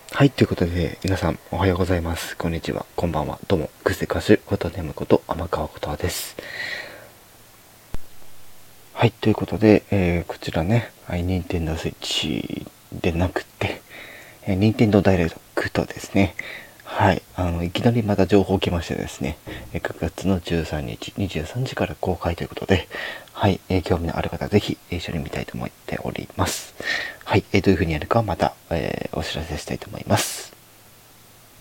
はい、ということで、皆さんおはようございます。こんにちは、こんばんは。どうも、クセ歌手、ことねむこと、天川ことです。はい、ということで、こちらね、任天堂スイッチでなくて、任天堂ダイレクトですね。はい、いきなりまた情報来ましてですね、9月の13日、23時から公開ということで、はい、興味のある方、ぜひ一緒に見たいと思っております。はい、どういう風にやるかはまた、お知らせしたいと思います。